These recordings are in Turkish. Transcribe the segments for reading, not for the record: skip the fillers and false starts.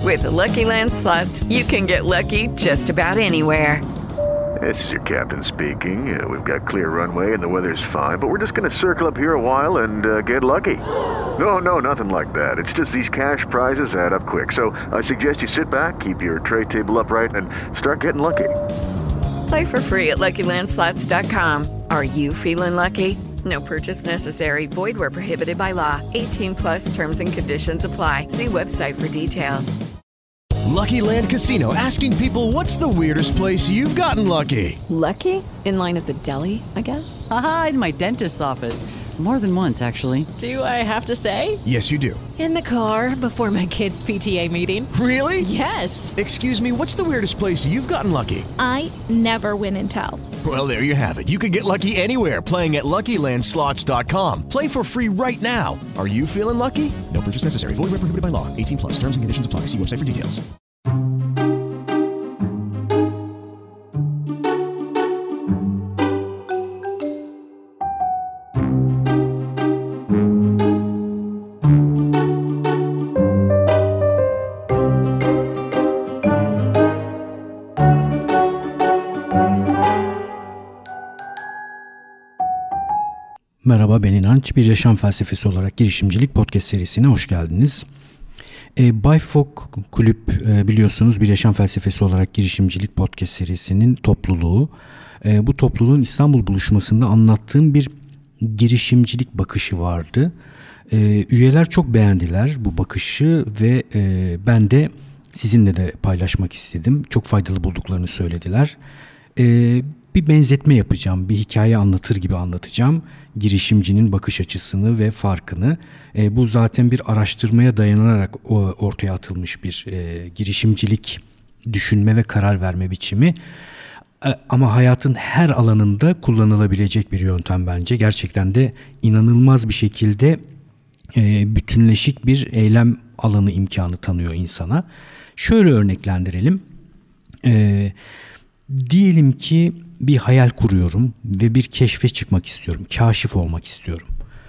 With the Lucky Land Slots, you can get lucky just about anywhere. This is your captain speaking. We've got clear runway and the weather's fine, but we're just going to circle up here a while and get lucky. No, nothing like that. It's just these cash prizes add up quick. So I suggest you sit back, keep your tray table upright, and start getting lucky. Play for free at LuckyLandSlots.com. Are you feeling lucky? No purchase necessary. Void where prohibited by law. 18 plus terms and conditions apply. See website for details. Lucky Land Casino, asking people, what's the weirdest place you've gotten lucky? Lucky? In line at the deli, I guess? Aha, in my dentist's office. More than once, actually. Do I have to say? Yes, you do. In the car before my kids' PTA meeting. Really? Yes. Excuse me, what's the weirdest place you've gotten lucky? I never win and tell. Well, there you have it. You can get lucky anywhere, playing at LuckyLandSlots.com. Play for free right now. Are you feeling lucky? No purchase necessary. Void where prohibited by law. 18 plus. Terms and conditions apply. See website for details. Merhaba, ben İnanç. Bir yaşam felsefesi olarak girişimcilik podcast serisine hoş geldiniz. Bayfok Kulüp biliyorsunuz bir yaşam felsefesi olarak girişimcilik podcast serisinin topluluğu. Bu topluluğun İstanbul buluşmasında anlattığım bir girişimcilik bakışı vardı. Üyeler çok beğendiler bu bakışı ve ben de sizinle de paylaşmak istedim. Çok faydalı bulduklarını söylediler. Bir benzetme yapacağım, bir hikaye anlatır gibi anlatacağım. Girişimcinin bakış açısını ve farkını. Bu zaten bir araştırmaya dayanarak ortaya atılmış bir girişimcilik düşünme ve karar verme biçimi. Ama hayatın her alanında kullanılabilecek bir yöntem bence. Gerçekten de inanılmaz bir şekilde bütünleşik bir eylem alanı imkanı tanıyor insana. Şöyle örneklendirelim. Diyelim ki bir hayal kuruyorum ve bir keşfe çıkmak istiyorum. Kaşif olmak istiyorum.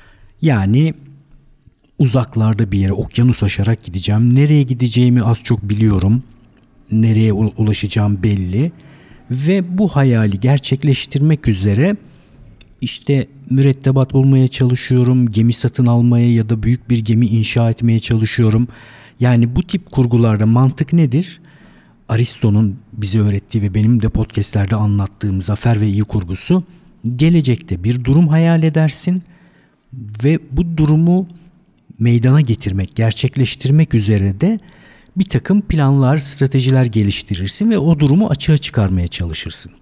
Yani uzaklarda bir yere okyanus aşarak gideceğim. Nereye gideceğimi az çok biliyorum. Nereye ulaşacağım belli. Ve bu hayali gerçekleştirmek üzere işte mürettebat bulmaya çalışıyorum. Gemi satın almaya ya da büyük bir gemi inşa etmeye çalışıyorum. Yani bu tip kurgularda mantık nedir? Aristo'nun bize öğrettiği ve benim de podcastlerde anlattığım zafer ve iyi kurgusu, gelecekte bir durum hayal edersin ve bu durumu meydana getirmek, gerçekleştirmek üzere de bir takım planlar, stratejiler geliştirirsin ve o durumu açığa çıkarmaya çalışırsın.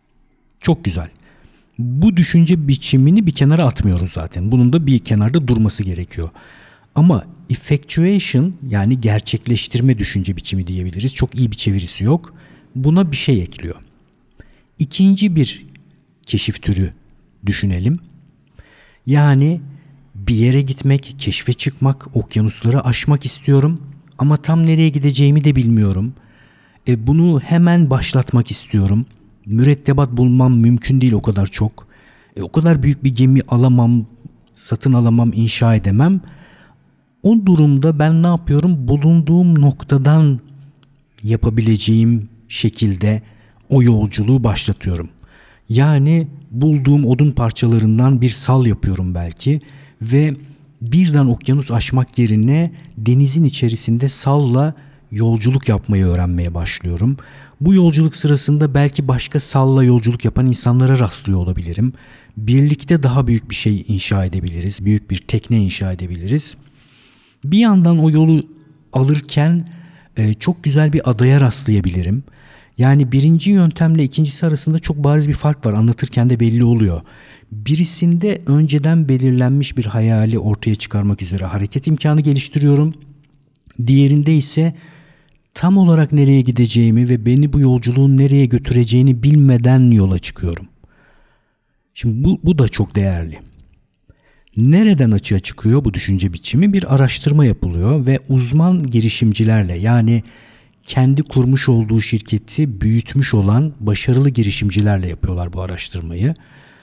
Çok güzel. Bu düşünce biçimini bir kenara atmıyoruz zaten. Bunun da bir kenarda durması gerekiyor. Ama effectuation, yani gerçekleştirme düşünce biçimi diyebiliriz. Çok iyi bir çevirisi yok. Buna bir şey ekliyor. İkinci bir keşif türü düşünelim. Yani bir yere gitmek, keşfe çıkmak, okyanusları aşmak istiyorum. Ama tam nereye gideceğimi de bilmiyorum. Bunu hemen başlatmak istiyorum. Mürettebat bulmam mümkün değil o kadar çok. O kadar büyük bir gemi alamam, satın alamam, inşa edemem. O durumda ben ne yapıyorum? Bulunduğum noktadan yapabileceğim şekilde o yolculuğu başlatıyorum. Yani bulduğum odun parçalarından bir sal yapıyorum belki ve birden okyanus aşmak yerine denizin içerisinde salla yolculuk yapmayı öğrenmeye başlıyorum. Bu yolculuk sırasında belki başka salla yolculuk yapan insanlara rastlıyor olabilirim. Birlikte daha büyük bir şey inşa edebiliriz. Büyük bir tekne inşa edebiliriz. Bir yandan o yolu alırken çok güzel bir adaya rastlayabilirim. Yani birinci yöntemle ikincisi arasında çok bariz bir fark var. Anlatırken de belli oluyor. Birisinde önceden belirlenmiş bir hayali ortaya çıkarmak üzere hareket imkanı geliştiriyorum. Diğerinde ise tam olarak nereye gideceğimi ve beni bu yolculuğun nereye götüreceğini bilmeden yola çıkıyorum. Şimdi bu da çok değerli. Nereden açığa çıkıyor bu düşünce biçimi? Bir araştırma yapılıyor ve uzman girişimcilerle, yani kendi kurmuş olduğu şirketi büyütmüş olan başarılı girişimcilerle yapıyorlar bu araştırmayı.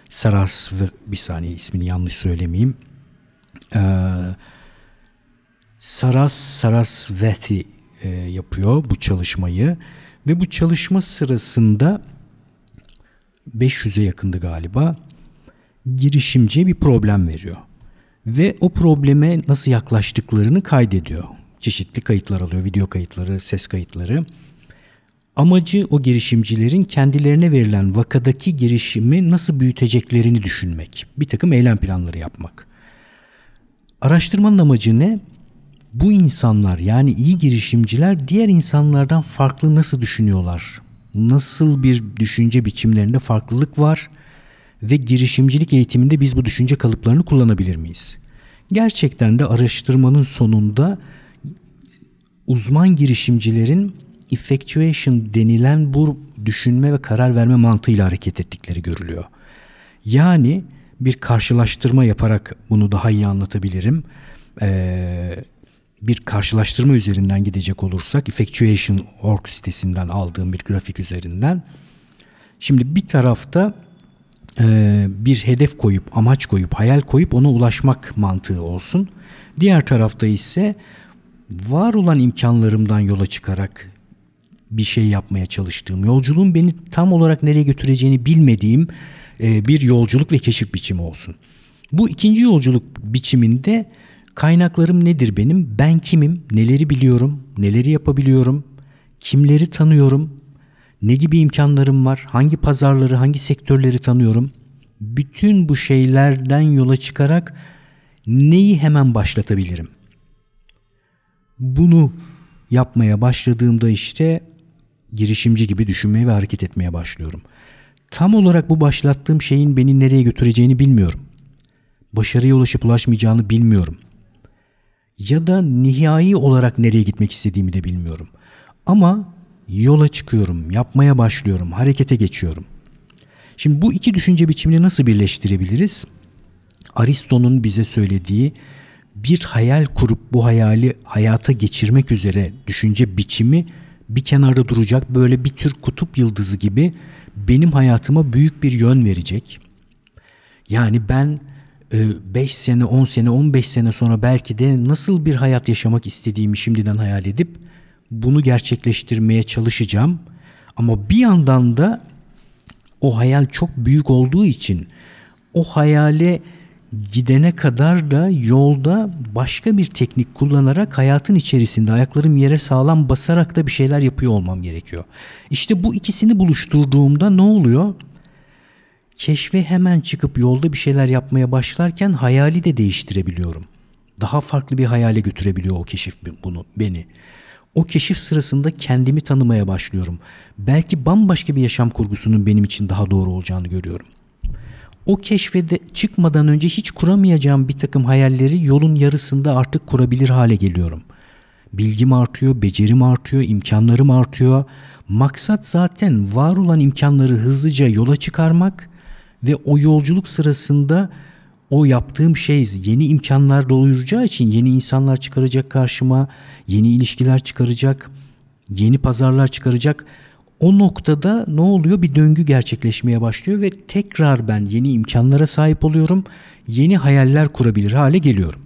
Bir saniye ismini yanlış söylemeyeyim. Sarasvati yapıyor bu çalışmayı ve bu çalışma sırasında 500'e yakındı galiba, girişimciye bir problem veriyor ve o probleme nasıl yaklaştıklarını kaydediyor. Çeşitli kayıtlar alıyor, video kayıtları, ses kayıtları. Amacı o girişimcilerin kendilerine verilen vakadaki girişimi nasıl büyüteceklerini düşünmek. Bir takım eylem planları yapmak. Araştırmanın amacı ne? Bu insanlar, yani iyi girişimciler, diğer insanlardan farklı nasıl düşünüyorlar? Nasıl bir düşünce biçimlerinde farklılık var? Ve girişimcilik eğitiminde biz bu düşünce kalıplarını kullanabilir miyiz? Gerçekten de araştırmanın sonunda uzman girişimcilerin effectuation denilen bu düşünme ve karar verme mantığıyla hareket ettikleri görülüyor. Yani bir karşılaştırma yaparak bunu daha iyi anlatabilirim. Bir karşılaştırma üzerinden gidecek olursak, effectuation.org sitesinden aldığım bir grafik üzerinden. Şimdi bir tarafta bir hedef koyup, amaç koyup, hayal koyup ona ulaşmak mantığı olsun. Diğer tarafta ise var olan imkanlarımdan yola çıkarak bir şey yapmaya çalıştığım, yolculuğun beni tam olarak nereye götüreceğini bilmediğim bir yolculuk ve keşif biçimi olsun. Bu ikinci yolculuk biçiminde kaynaklarım nedir benim? Ben kimim? Neleri biliyorum? Neleri yapabiliyorum? Kimleri tanıyorum? Ne gibi imkanlarım var? Hangi pazarları, hangi sektörleri tanıyorum? Bütün bu şeylerden yola çıkarak neyi hemen başlatabilirim? Bunu yapmaya başladığımda işte girişimci gibi düşünmeye ve hareket etmeye başlıyorum. Tam olarak bu başlattığım şeyin beni nereye götüreceğini bilmiyorum. Başarıya ulaşıp ulaşmayacağını bilmiyorum. Ya da nihai olarak nereye gitmek istediğimi de bilmiyorum. Ama yola çıkıyorum, yapmaya başlıyorum, harekete geçiyorum. Şimdi bu iki düşünce biçimini nasıl birleştirebiliriz? Aristo'nun bize söylediği bir hayal kurup bu hayali hayata geçirmek üzere düşünce biçimi bir kenarda duracak, böyle bir tür kutup yıldızı gibi benim hayatıma büyük bir yön verecek. Yani ben 5 sene, 10 sene, 15 sene sonra belki de nasıl bir hayat yaşamak istediğimi şimdiden hayal edip bunu gerçekleştirmeye çalışacağım. Ama bir yandan da o hayal çok büyük olduğu için o hayale gidene kadar da yolda başka bir teknik kullanarak hayatın içerisinde ayaklarım yere sağlam basarak da bir şeyler yapıyor olmam gerekiyor. İşte bu ikisini buluşturduğumda ne oluyor? Keşfe hemen çıkıp yolda bir şeyler yapmaya başlarken hayali de değiştirebiliyorum. Daha farklı bir hayale götürebiliyor o keşif beni. O keşif sırasında kendimi tanımaya başlıyorum. Belki bambaşka bir yaşam kurgusunun benim için daha doğru olacağını görüyorum. O keşfe de çıkmadan önce hiç kuramayacağım bir takım hayalleri yolun yarısında artık kurabilir hale geliyorum. Bilgim artıyor, becerim artıyor, imkanlarım artıyor. Maksat zaten var olan imkanları hızlıca yola çıkarmak ve o yolculuk sırasında o yaptığım şey yeni imkanlar doyuracağı için yeni insanlar çıkaracak karşıma, yeni ilişkiler çıkaracak, yeni pazarlar çıkaracak. O noktada ne oluyor? Bir döngü gerçekleşmeye başlıyor ve tekrar ben yeni imkanlara sahip oluyorum. Yeni hayaller kurabilir hale geliyorum.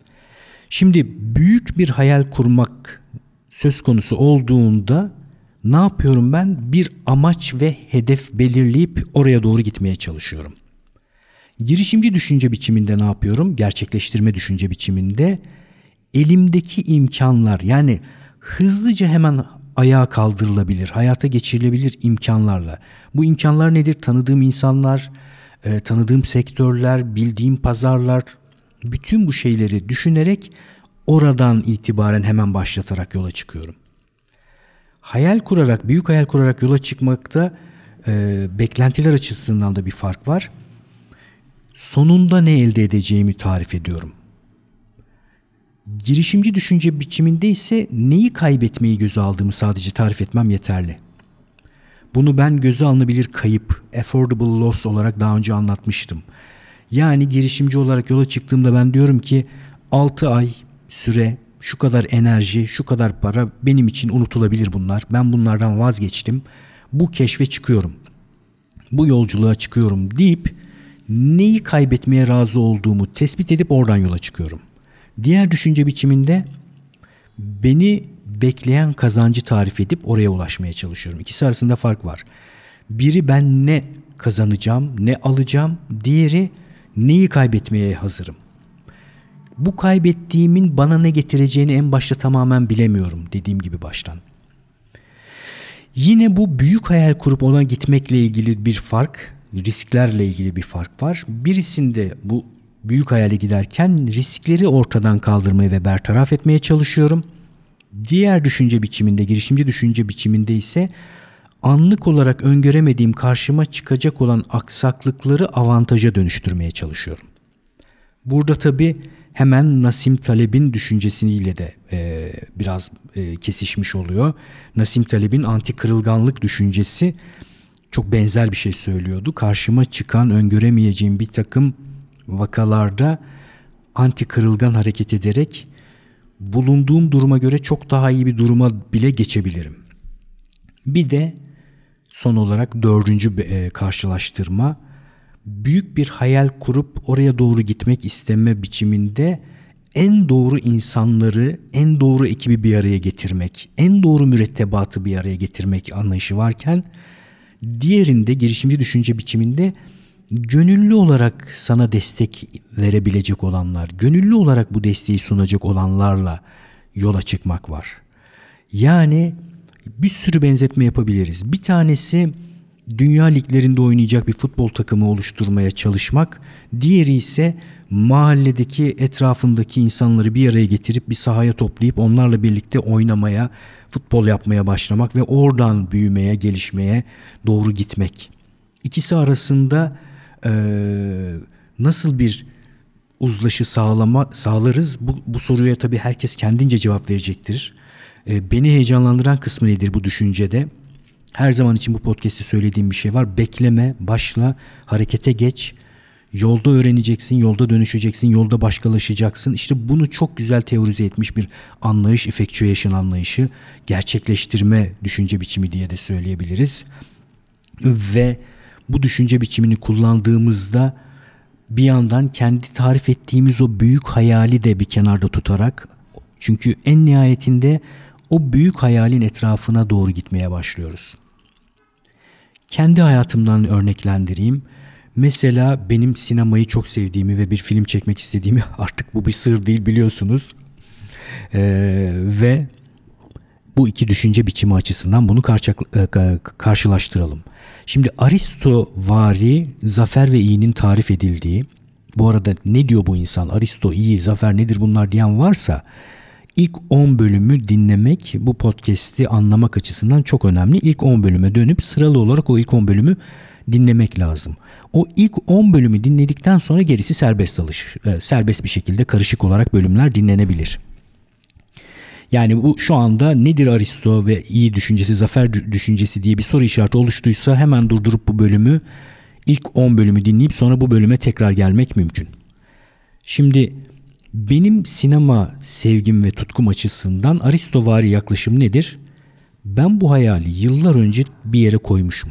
Şimdi büyük bir hayal kurmak söz konusu olduğunda ne yapıyorum ben? Bir amaç ve hedef belirleyip oraya doğru gitmeye çalışıyorum. Girişimci düşünce biçiminde ne yapıyorum? Gerçekleştirme düşünce biçiminde elimdeki imkanlar, yani hızlıca hemen ayağa kaldırılabilir, hayata geçirilebilir imkanlarla. Bu imkanlar nedir? Tanıdığım insanlar, tanıdığım sektörler, bildiğim pazarlar, bütün bu şeyleri düşünerek oradan itibaren hemen başlatarak yola çıkıyorum. Hayal kurarak, büyük hayal kurarak yola çıkmakta beklentiler açısından da bir fark var. Sonunda ne elde edeceğimi tarif ediyorum. Girişimci düşünce biçiminde ise neyi kaybetmeyi göze aldığımı sadece tarif etmem yeterli. Bunu ben göze alınabilir kayıp, affordable loss olarak daha önce anlatmıştım. Yani girişimci olarak yola çıktığımda ben diyorum ki 6 ay süre, şu kadar enerji, şu kadar para benim için unutulabilir bunlar. Ben bunlardan vazgeçtim. Bu keşfe çıkıyorum. Bu yolculuğa çıkıyorum deyip neyi kaybetmeye razı olduğumu tespit edip oradan yola çıkıyorum. Diğer düşünce biçiminde beni bekleyen kazancı tarif edip oraya ulaşmaya çalışıyorum. İkisi arasında fark var. Biri ben ne kazanacağım, ne alacağım, diğeri neyi kaybetmeye hazırım. Bu kaybettiğimin bana ne getireceğini en başta tamamen bilemiyorum, dediğim gibi baştan. Yine bu büyük hayal kurup ona gitmekle ilgili bir fark, risklerle ilgili bir fark var. Birisinde bu büyük hayale giderken riskleri ortadan kaldırmaya ve bertaraf etmeye çalışıyorum. Diğer düşünce biçiminde, girişimci düşünce biçiminde ise anlık olarak öngöremediğim karşıma çıkacak olan aksaklıkları avantaja dönüştürmeye çalışıyorum. Burada tabii hemen Nassim Taleb'in düşüncesiyle de biraz kesişmiş oluyor. Nassim Taleb'in anti kırılganlık düşüncesi çok benzer bir şey söylüyordu. Karşıma çıkan öngöremeyeceğim bir takım vakalarda anti kırılgan hareket ederek bulunduğum duruma göre çok daha iyi bir duruma bile geçebilirim. Bir de son olarak 4. karşılaştırma, büyük bir hayal kurup oraya doğru gitmek isteme biçiminde en doğru insanları, en doğru ekibi bir araya getirmek, en doğru mürettebatı bir araya getirmek anlayışı varken, diğerinde, girişimci düşünce biçiminde gönüllü olarak sana destek verebilecek olanlar, gönüllü olarak bu desteği sunacak olanlarla yola çıkmak var. Yani bir sürü benzetme yapabiliriz. Bir tanesi dünya liglerinde oynayacak bir futbol takımı oluşturmaya çalışmak, diğeri ise mahalledeki, etrafındaki insanları bir araya getirip bir sahaya toplayıp onlarla birlikte oynamaya, futbol yapmaya başlamak ve oradan büyümeye, gelişmeye doğru gitmek. İkisi arasında nasıl bir uzlaşı sağlarız? Bu soruya tabii herkes kendince cevap verecektir. Beni heyecanlandıran kısmı nedir bu düşüncede? Her zaman için bu podcast'te söylediğim bir şey var. Bekleme, başla, harekete geç. Yolda öğreneceksin, yolda dönüşeceksin, yolda başkalaşacaksın. İşte bunu çok güzel teorize etmiş bir anlayış, effectuation anlayışı, gerçekleştirme düşünce biçimi diye de söyleyebiliriz. Ve bu düşünce biçimini kullandığımızda bir yandan kendi tarif ettiğimiz o büyük hayali de bir kenarda tutarak, çünkü en nihayetinde o büyük hayalin etrafına doğru gitmeye başlıyoruz. Kendi hayatımdan örneklendireyim. Mesela benim sinemayı çok sevdiğimi ve bir film çekmek istediğimi, artık bu bir sır değil biliyorsunuz. Ve bu iki düşünce biçimi açısından bunu karşılaştıralım. Şimdi Aristovari zafer ve iyinin tarif edildiği, bu arada ne diyor bu insan, Aristo, iyi, zafer nedir bunlar diyen varsa, İlk 10 bölümü dinlemek bu podcast'i anlamak açısından çok önemli. İlk 10 bölüme dönüp sıralı olarak o ilk 10 bölümü dinlemek lazım. O ilk 10 bölümü dinledikten sonra gerisi serbest bir şekilde karışık olarak bölümler dinlenebilir. Yani bu şu anda nedir Aristo ve iyi düşüncesi, zafer düşüncesi diye bir soru işareti oluştuysa hemen durdurup bu bölümü, ilk 10 bölümü dinleyip sonra bu bölüme tekrar gelmek mümkün. Şimdi benim sinema sevgim ve tutkum açısından Aristovari yaklaşım nedir? Ben bu hayali yıllar önce bir yere koymuşum.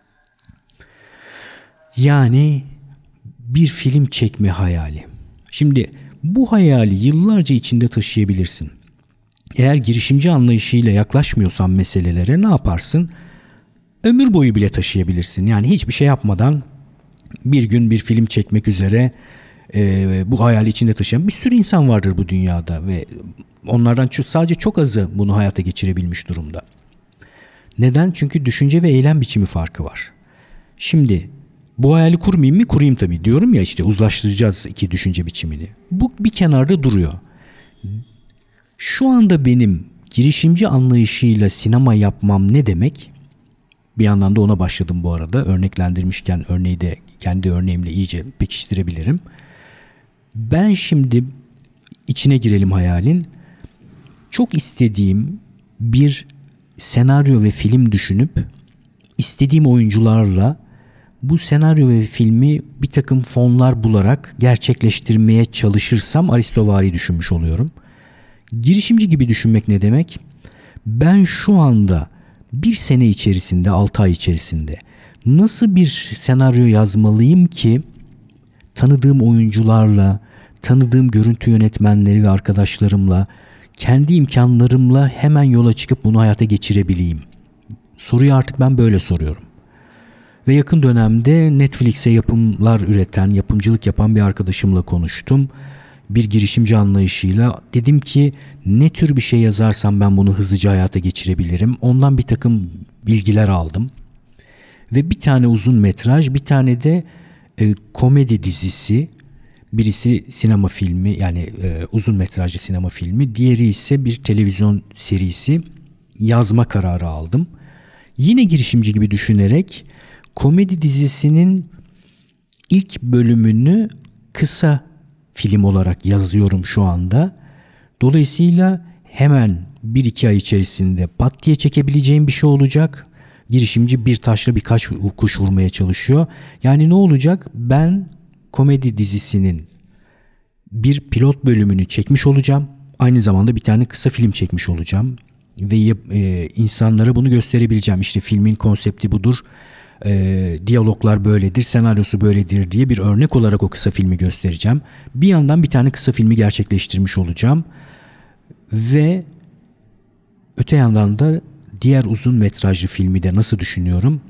Yani bir film çekme hayali. Şimdi bu hayali yıllarca içinde taşıyabilirsin. Eğer girişimci anlayışıyla yaklaşmıyorsan meselelere ne yaparsın? Ömür boyu bile taşıyabilirsin. Yani hiçbir şey yapmadan bir gün bir film çekmek üzere bu hayali içinde taşıyan bir sürü insan vardır bu dünyada ve onlardan sadece çok azı bunu hayata geçirebilmiş durumda. Neden? Çünkü düşünce ve eylem biçimi farkı var. Şimdi bu hayali kurmayayım mı? Kurayım tabii. Diyorum ya, işte uzlaştıracağız iki düşünce biçimini. Bu bir kenarda duruyor. Şu anda benim girişimci anlayışıyla sinema yapmam ne demek? Bir yandan da ona başladım bu arada. Örneklendirmişken örneği de kendi örneğimle iyice pekiştirebilirim. Ben şimdi içine girelim hayalin. Çok istediğim bir senaryo ve film düşünüp istediğim oyuncularla bu senaryo ve filmi bir takım fonlar bularak gerçekleştirmeye çalışırsam Aristovari düşünmüş oluyorum. Girişimci gibi düşünmek ne demek? Ben şu anda bir sene içerisinde, 6 ay içerisinde nasıl bir senaryo yazmalıyım ki tanıdığım oyuncularla, tanıdığım görüntü yönetmenleri ve arkadaşlarımla kendi imkanlarımla hemen yola çıkıp bunu hayata geçirebileyim? Soruyu artık ben böyle soruyorum. Ve yakın dönemde Netflix'e yapımlar üreten, yapımcılık yapan bir arkadaşımla konuştum. Bir girişimci anlayışıyla dedim ki ne tür bir şey yazarsam ben bunu hızlıca hayata geçirebilirim. Ondan bir takım bilgiler aldım. Ve bir tane uzun metraj, bir tane de komedi dizisi, birisi sinema filmi, yani uzun metrajlı sinema filmi, diğeri ise bir televizyon serisi yazma kararı aldım. Yine girişimci gibi düşünerek komedi dizisinin ilk bölümünü kısa film olarak yazıyorum şu anda. Dolayısıyla hemen 1-2 ay içerisinde pat diye çekebileceğim bir şey olacak. Girişimci bir taşla birkaç kuş vurmaya çalışıyor. Yani ne olacak? Ben komedi dizisinin bir pilot bölümünü çekmiş olacağım. Aynı zamanda bir tane kısa film çekmiş olacağım. Ve insanlara bunu gösterebileceğim. İşte filmin konsepti budur. Diyaloglar böyledir, senaryosu böyledir diye bir örnek olarak o kısa filmi göstereceğim. Bir yandan bir tane kısa filmi gerçekleştirmiş olacağım. Ve öte yandan da diğer uzun metrajlı filmi de nasıl düşünüyorum?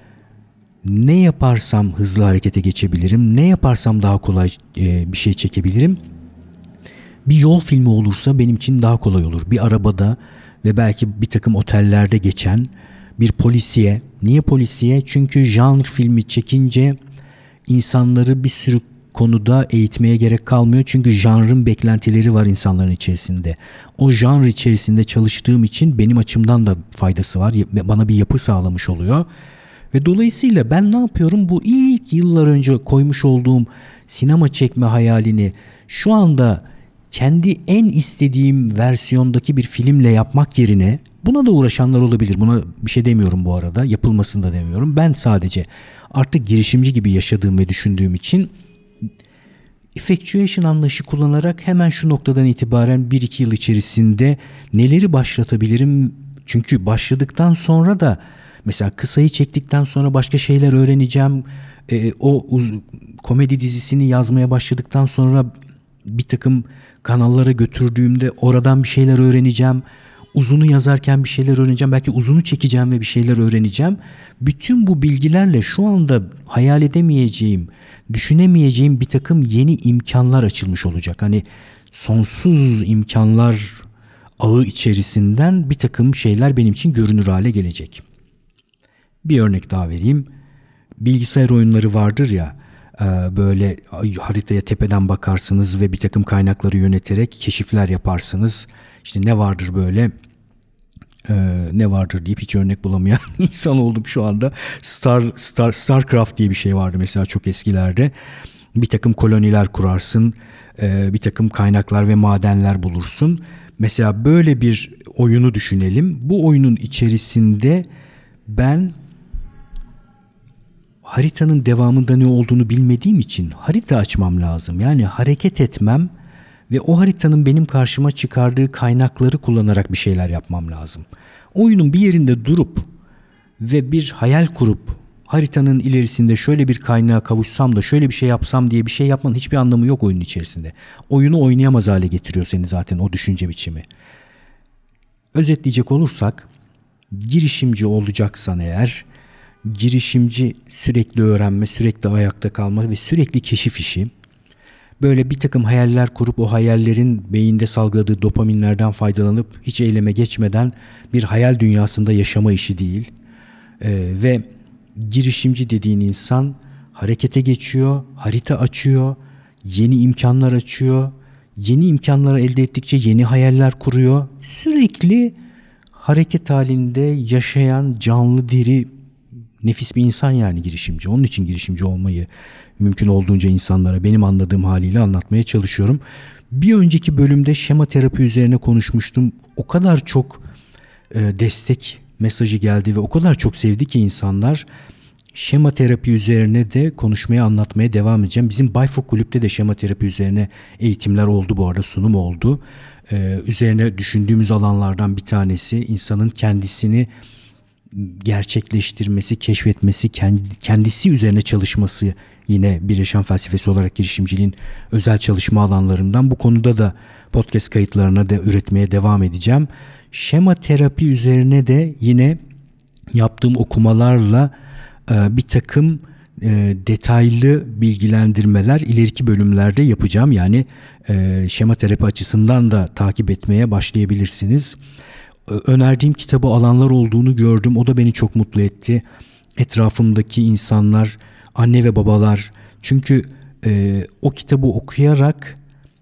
Ne yaparsam hızlı harekete geçebilirim? Ne yaparsam daha kolay bir şey çekebilirim? Bir yol filmi olursa benim için daha kolay olur. Bir arabada ve belki bir takım otellerde geçen bir polisiye. Niye polisiye? Çünkü janr filmi çekince insanları bir sürü konuda eğitmeye gerek kalmıyor. Çünkü janrın beklentileri var insanların içerisinde. O janr içerisinde çalıştığım için benim açımdan da faydası var. Bana bir yapı sağlamış oluyor. Ve dolayısıyla ben ne yapıyorum? Bu ilk yıllar önce koymuş olduğum sinema çekme hayalini şu anda kendi en istediğim versiyondaki bir filmle yapmak yerine, buna da uğraşanlar olabilir. Buna bir şey demiyorum bu arada. Yapılmasını da demiyorum. Ben sadece artık girişimci gibi yaşadığım ve düşündüğüm için effectuation anlayışı kullanarak hemen şu noktadan itibaren 1-2 yıl içerisinde neleri başlatabilirim? Çünkü başladıktan sonra da mesela kısayı çektikten sonra başka şeyler öğreneceğim. Komedi dizisini yazmaya başladıktan sonra bir takım kanallara götürdüğümde oradan bir şeyler öğreneceğim. Uzunu yazarken bir şeyler öğreneceğim. Belki uzunu çekeceğim ve bir şeyler öğreneceğim. Bütün bu bilgilerle şu anda hayal edemeyeceğim, düşünemeyeceğim bir takım yeni imkanlar açılmış olacak. Hani sonsuz imkanlar ağı içerisinden bir takım şeyler benim için görünür hale gelecek. Bir örnek daha vereyim. Bilgisayar oyunları vardır ya, böyle haritaya tepeden bakarsınız ve bir takım kaynakları yöneterek keşifler yaparsınız. İşte ne vardır böyle, ne vardır deyip hiç örnek bulamayan insan oldum şu anda. Starcraft diye bir şey vardı mesela çok eskilerde. Bir takım koloniler kurarsın, bir takım kaynaklar ve madenler bulursun. Mesela böyle bir oyunu düşünelim. Bu oyunun içerisinde ben haritanın devamında ne olduğunu bilmediğim için harita açmam lazım. Yani hareket etmem ve o haritanın benim karşıma çıkardığı kaynakları kullanarak bir şeyler yapmam lazım. Oyunun bir yerinde durup ve bir hayal kurup haritanın ilerisinde şöyle bir kaynağa kavuşsam da şöyle bir şey yapsam diye bir şey yapmanın hiçbir anlamı yok oyunun içerisinde. Oyunu oynayamaz hale getiriyor seni zaten o düşünce biçimi. Özetleyecek olursak, girişimci olacaksan eğer, girişimci sürekli öğrenme, sürekli ayakta kalma ve sürekli keşif işi. Böyle bir takım hayaller kurup o hayallerin beyinde salgıladığı dopaminlerden faydalanıp hiç eyleme geçmeden bir hayal dünyasında yaşama işi değil. Ve girişimci dediğin insan harekete geçiyor, harita açıyor, yeni imkanlar açıyor. Yeni imkanları elde ettikçe yeni hayaller kuruyor. Sürekli hareket halinde yaşayan, canlı, diri, nefis bir insan yani girişimci. Onun için girişimci olmayı mümkün olduğunca insanlara benim anladığım haliyle anlatmaya çalışıyorum. Bir önceki bölümde şema terapi üzerine konuşmuştum. O kadar çok destek mesajı geldi ve o kadar çok sevdi ki insanlar. Şema terapi üzerine de konuşmaya, anlatmaya devam edeceğim. Bizim Bayfok Kulüp'te de şema terapi üzerine eğitimler oldu bu arada, sunum oldu. Üzerine düşündüğümüz alanlardan bir tanesi insanın kendisini gerçekleştirmesi, keşfetmesi, kendisi üzerine çalışması yine bir yaşam felsefesi olarak girişimciliğin özel çalışma alanlarından. Bu konuda da podcast kayıtlarına da üretmeye devam edeceğim. Şema terapi üzerine de yine yaptığım okumalarla bir takım detaylı bilgilendirmeler ileriki bölümlerde yapacağım. Yani şema terapi açısından da takip etmeye başlayabilirsiniz. Önerdiğim kitabı alanlar olduğunu gördüm. O da beni çok mutlu etti. Etrafımdaki insanlar, anne ve babalar. Çünkü o kitabı okuyarak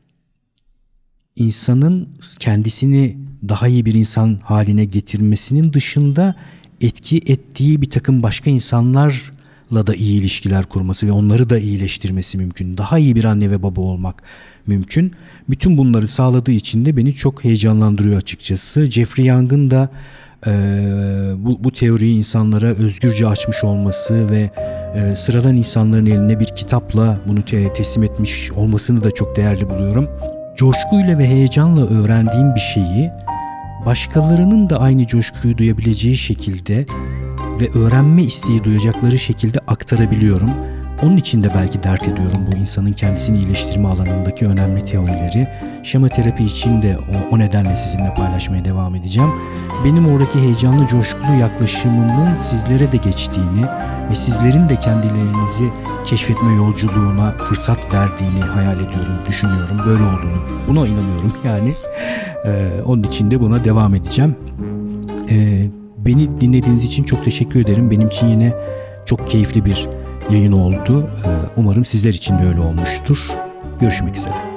insanın kendisini daha iyi bir insan haline getirmesinin dışında etki ettiği bir takım başka insanlarla da iyi ilişkiler kurması ve onları da iyileştirmesi mümkün. Daha iyi bir anne ve baba olmak mümkün. Bütün bunları sağladığı için de beni çok heyecanlandırıyor açıkçası. Jeffrey Young'ın da bu teoriyi insanlara özgürce açmış olması ve sıradan insanların eline bir kitapla bunu teslim etmiş olmasını da çok değerli buluyorum. Coşkuyla ve heyecanla öğrendiğim bir şeyi başkalarının da aynı coşkuyu duyabileceği şekilde ve öğrenme isteği duyacakları şekilde aktarabiliyorum. Onun için de belki dert ediyorum bu insanın kendisini iyileştirme alanındaki önemli teorileri. Şema terapi için de o nedenle sizinle paylaşmaya devam edeceğim. Benim oradaki heyecanlı, coşkulu yaklaşımımın sizlere de geçtiğini ve sizlerin de kendilerinizi keşfetme yolculuğuna fırsat verdiğini hayal ediyorum, düşünüyorum. Böyle olduğunu, buna inanıyorum yani. Onun için de buna devam edeceğim. Beni dinlediğiniz için çok teşekkür ederim. Benim için yine çok keyifli bir yayın oldu. Umarım sizler için de öyle olmuştur. Görüşmek üzere.